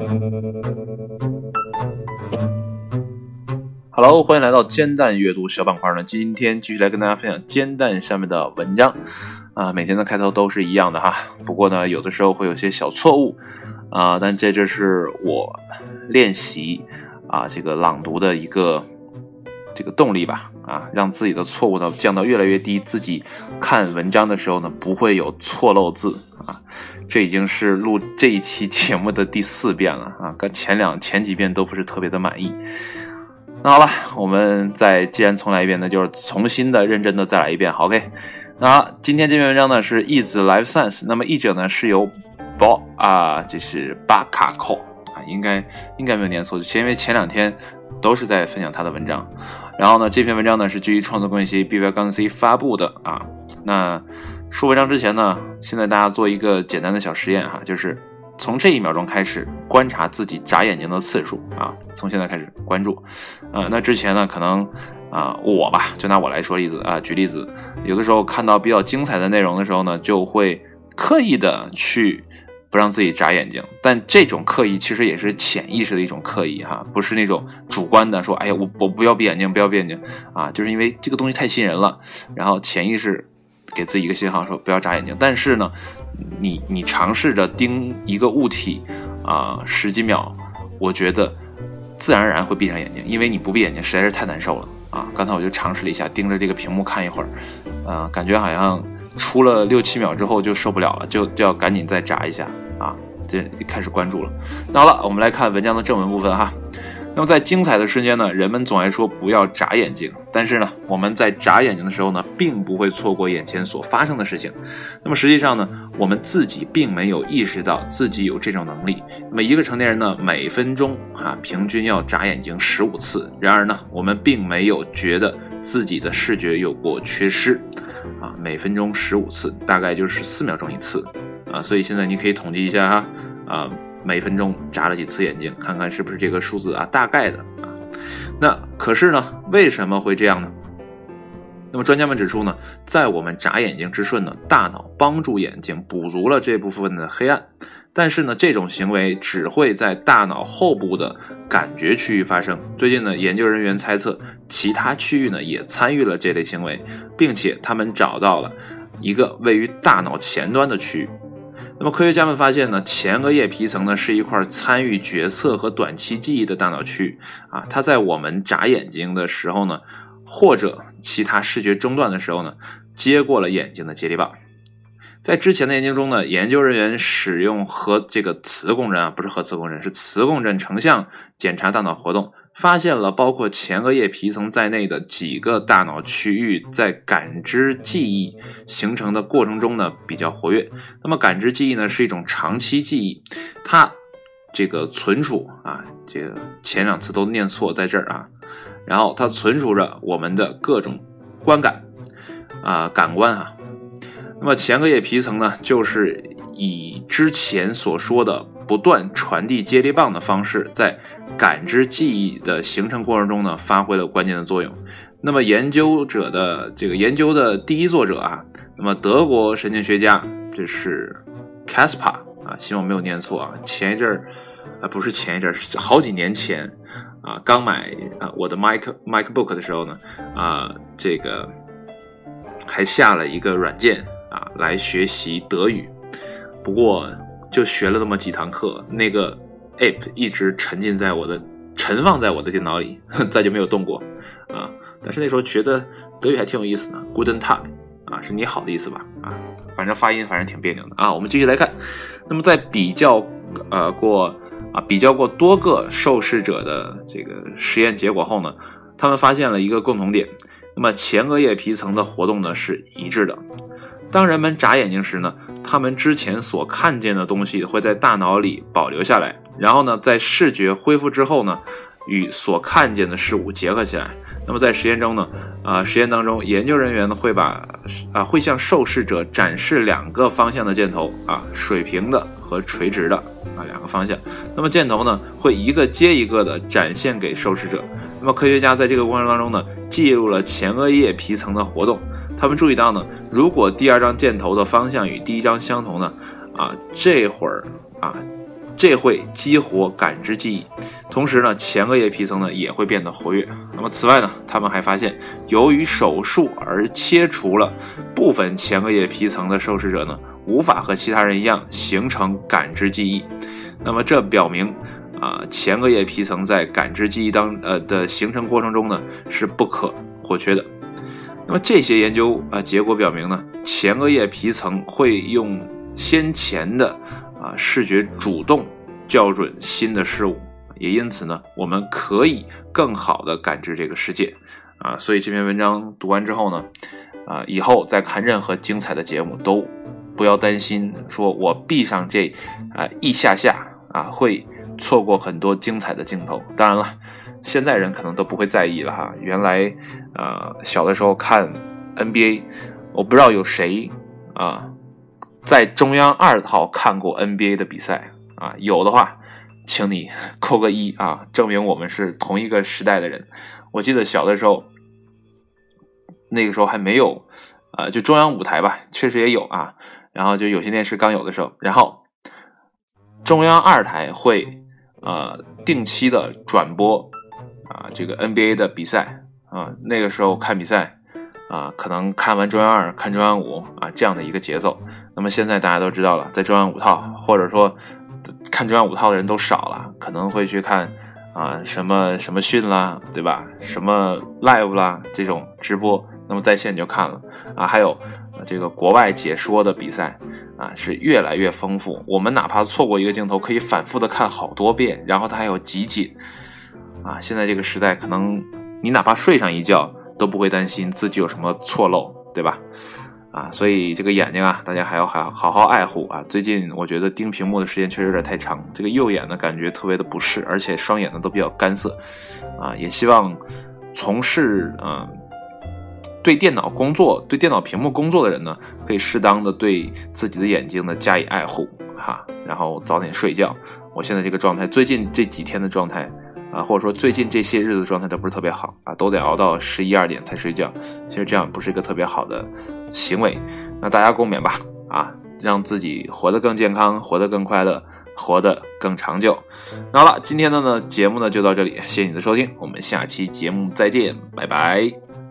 Hello， 欢迎来到煎蛋阅读小板块呢。今天继续来跟大家分享煎蛋上面的文章每天的开头都是一样的哈，不过呢有的时候会有些小错误但这是我练习这个朗读的一个这个动力吧让自己的错误呢降到越来越低，自己看文章的时候呢不会有错漏字这已经是录这一期节目的第4遍了跟前几遍都不是特别的满意。那好了，我们既然重来一遍呢，就是重新的认真的再来一遍。好 OK， 那今天这篇文章呢是 Is Life Science， 那么译者呢是由这是巴卡寇应该没有念错，因为前2天都是在分享他的文章。然后呢，这篇文章呢是基于创作工业协议 BY-C 发布的那说文章之前呢，现在大家做一个简单的小实验就是从这1秒钟开始观察自己眨眼睛的次数从现在开始关注那之前呢可能我吧，就拿我来说例子举例子，有的时候看到比较精彩的内容的时候呢，就会刻意的去不让自己眨眼睛，但这种刻意其实也是潜意识的一种刻意不是那种主观的说哎呀我不要闭眼睛就是因为这个东西太吸引人了，然后潜意识给自己一个信号说不要眨眼睛。但是呢你尝试着盯一个物体10几秒，我觉得自然而然会闭上眼睛，因为你不闭眼睛实在是太难受了刚才我就尝试了一下，盯着这个屏幕看一会儿感觉好像出了6、7秒之后就受不了了，就要赶紧再眨一下这开始关注了。那好了，我们来看文章的正文部分那么在精彩的瞬间呢，人们总爱说不要眨眼睛，但是呢我们在眨眼睛的时候呢并不会错过眼前所发生的事情。那么实际上呢我们自己并没有意识到自己有这种能力。那么一个成年人呢每分钟平均要眨眼睛15次，然而呢我们并没有觉得自己的视觉有过缺失每分钟15次大概就是4秒钟一次所以现在你可以统计一下每分钟眨了几次眼睛，看看是不是这个数字大概的那可是呢为什么会这样呢？那么专家们指出呢，在我们眨眼睛之瞬呢，大脑帮助眼睛补足了这部分的黑暗，但是呢这种行为只会在大脑后部的感觉区域发生。最近呢研究人员猜测其他区域呢也参与了这类行为，并且他们找到了一个位于大脑前端的区域。那么科学家们发现呢，前额叶皮层呢是一块参与决策和短期记忆的大脑区域它在我们眨眼睛的时候呢，或者其他视觉中断的时候呢，接过了眼睛的接力棒。在之前的研究中呢，研究人员使用这个磁共振不是核磁共振，是磁共振成像检查大脑活动，发现了包括前额叶皮层在内的几个大脑区域在感知记忆形成的过程中呢比较活跃。那么感知记忆呢是一种长期记忆，它这个存储这个前2次都念错在这儿然后它存储着我们的各种观感感官那么前额叶皮层呢就是以之前所说的不断传递接力棒的方式，在感知记忆的形成过程中呢发挥了关键的作用。那么研究的第一作者那么德国神经学家，这是 Caspar希望没有念错前一阵儿不是前一阵儿，是好几年前刚买我的 MacBook 的时候呢这个还下了一个软件来学习德语，不过就学了那么几堂课，那个 app 一直沉放在我的电脑里，再就没有动过但是那时候觉得德语还挺有意思的 Guten Tag 是你好的意思吧反正发音挺别扭的我们继续来看。那么在比较过多个受试者的这个实验结果后呢，他们发现了一个共同点，那么前额叶皮层的活动呢是一致的。当人们眨眼睛时呢，他们之前所看见的东西会在大脑里保留下来，然后呢在视觉恢复之后呢与所看见的事物结合起来。那么在实验中呢实验当中，研究人员呢会向受试者展示2个方向的箭头水平的和垂直的2个方向。那么箭头呢会一个接一个的展现给受试者。那么科学家在这个过程当中呢记录了前额叶皮层的活动。他们注意到呢，如果第2张箭头的方向与第1张相同呢这会儿这会激活感知记忆，同时呢，前额叶皮层呢也会变得活跃。那么此外呢，他们还发现，由于手术而切除了部分前额叶皮层的受试者呢，无法和其他人一样形成感知记忆。那么这表明前额叶皮层在感知记忆的形成过程中呢是不可或缺的。那么这些研究结果表明呢，前额叶皮层会用先前的视觉主动校准新的事物，也因此呢，我们可以更好的感知这个世界所以这篇文章读完之后呢，以后再看任何精彩的节目都不要担心说我闭上这一下会错过很多精彩的镜头。当然了，现在人可能都不会在意了哈。原来小的时候看 NBA， 我不知道有谁在中央2套看过 NBA 的比赛有的话请你扣个1证明我们是同一个时代的人。我记得小的时候，那个时候还没有就中央5台吧，确实也有然后就有些电视刚有的时候，然后中央2台会定期的转播这个 NBA 的比赛那个时候看比赛可能看完中央2看中央5这样的一个节奏。那么现在大家都知道了，在中央5套或者说看中央5套的人都少了，可能会去看什么讯啦，对吧？什么 live 啦这种直播，那么在线就看了还有这个国外解说的比赛是越来越丰富。我们哪怕错过一个镜头，可以反复的看好多遍，然后它还有集锦现在这个时代，可能你哪怕睡上一觉都不会担心自己有什么错漏，对吧？所以这个眼睛大家还要好好爱护最近我觉得盯屏幕的时间确实有点太长，这个右眼呢感觉特别的不适，而且双眼呢都比较干涩也希望从事对电脑工作、对电脑屏幕工作的人呢，可以适当的对自己的眼睛呢加以爱护然后早点睡觉。我现在这个状态，最近这几天的状态或者说最近这些日子的状态都不是特别好都得熬到11、2点才睡觉。其实这样不是一个特别好的行为，那大家共勉吧让自己活得更健康，活得更快乐，活得更长久。那好了，今天的节目呢就到这里，谢谢你的收听，我们下期节目再见，拜拜。